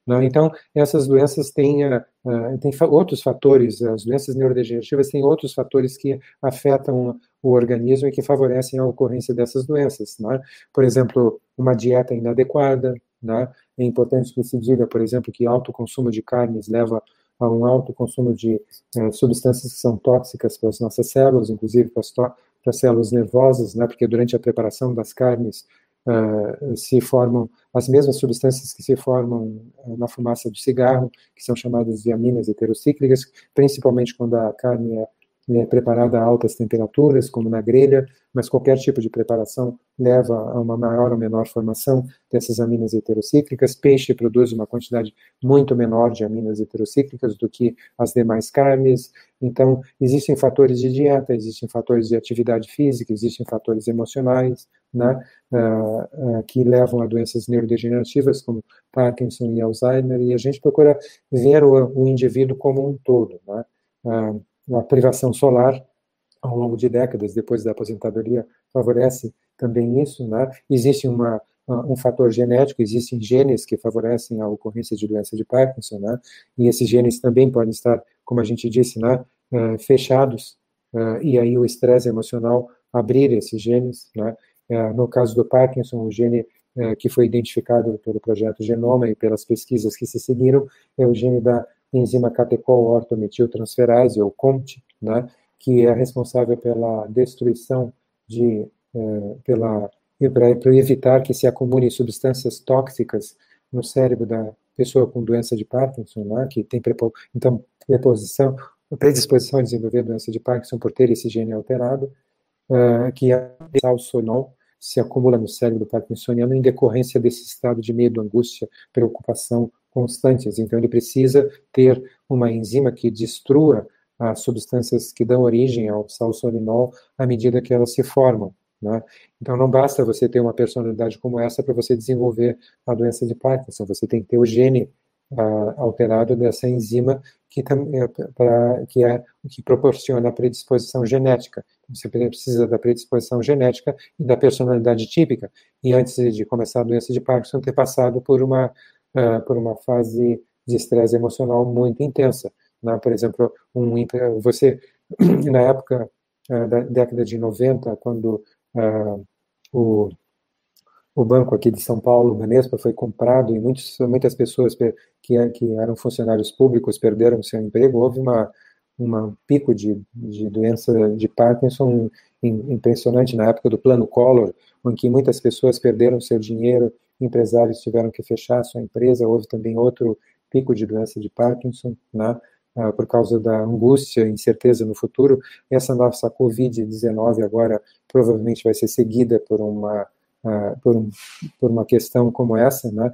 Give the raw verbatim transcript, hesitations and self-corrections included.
Né? Então, essas doenças têm, uh, têm outros fatores, as doenças neurodegenerativas têm outros fatores que afetam o organismo e que favorecem a ocorrência dessas doenças. Né? Por exemplo, uma dieta inadequada, né? É importante que se diga, por exemplo, que alto consumo de carnes leva a um alto consumo de uh, substâncias que são tóxicas para as nossas células, inclusive para as, para as células nervosas, né? Porque durante a preparação das carnes, Uh, se formam as mesmas substâncias que se formam uh, na fumaça do cigarro, que são chamadas de aminas heterocíclicas, principalmente quando a carne é, é preparada a altas temperaturas, como na grelha, mas qualquer tipo de preparação leva a uma maior ou menor formação dessas aminas heterocíclicas. Peixe produz uma quantidade muito menor de aminas heterocíclicas do que as demais carnes. Então, existem fatores de dieta, existem fatores de atividade física, existem fatores emocionais, né, uh, uh, que levam a doenças neurodegenerativas, como Parkinson e Alzheimer, e a gente procura ver o, o indivíduo como um todo. Né? Uh, a privação solar, ao longo de décadas, depois da aposentadoria, favorece também isso. Né? Existe uma, uh, um fator genético, existem genes que favorecem a ocorrência de doença de Parkinson, né? E esses genes também podem estar, como a gente disse, né, uh, fechados, uh, e aí o estresse emocional abrir esses genes, né? No caso do Parkinson, o gene que foi identificado pelo projeto Genoma e pelas pesquisas que se seguiram é o gene da enzima catecol-ortometiltransferase, ou C O M T, né, que é responsável pela destruição de, pela, para evitar que se acumulem substâncias tóxicas no cérebro da pessoa com doença de Parkinson, né, que tem prepo, então preposição, predisposição a desenvolver doença de Parkinson por ter esse gene alterado. Uh, que é o salsonol, se acumula no cérebro parkinsoniano em decorrência desse estado de medo, angústia, preocupação constantes. Então, ele precisa ter uma enzima que destrua as substâncias que dão origem ao salsolinol à medida que elas se formam. Né? Então, não basta você ter uma personalidade como essa para você desenvolver a doença de Parkinson, você tem que ter o gene Uh, alterado dessa enzima que, é, pra, que, é, que proporciona a predisposição genética. Você precisa da predisposição genética e da personalidade típica, e antes de começar a doença de Parkinson, ter passado por uma, uh, por uma fase de estresse emocional muito intensa. Né? Por exemplo, um, você, na época uh, da década de noventa, quando uh, o O banco aqui de São Paulo, o Banespa, foi comprado e muitos, muitas pessoas que, que eram funcionários públicos perderam seu emprego. Houve uma, uma pico de, de doença de Parkinson impressionante na época do Plano Collor, em que muitas pessoas perderam seu dinheiro, empresários tiveram que fechar sua empresa. Houve também outro pico de doença de Parkinson, né, por causa da angústia, incerteza no futuro. Essa nossa covid dezenove agora provavelmente vai ser seguida por uma Uh, por, um, por uma questão como essa, né?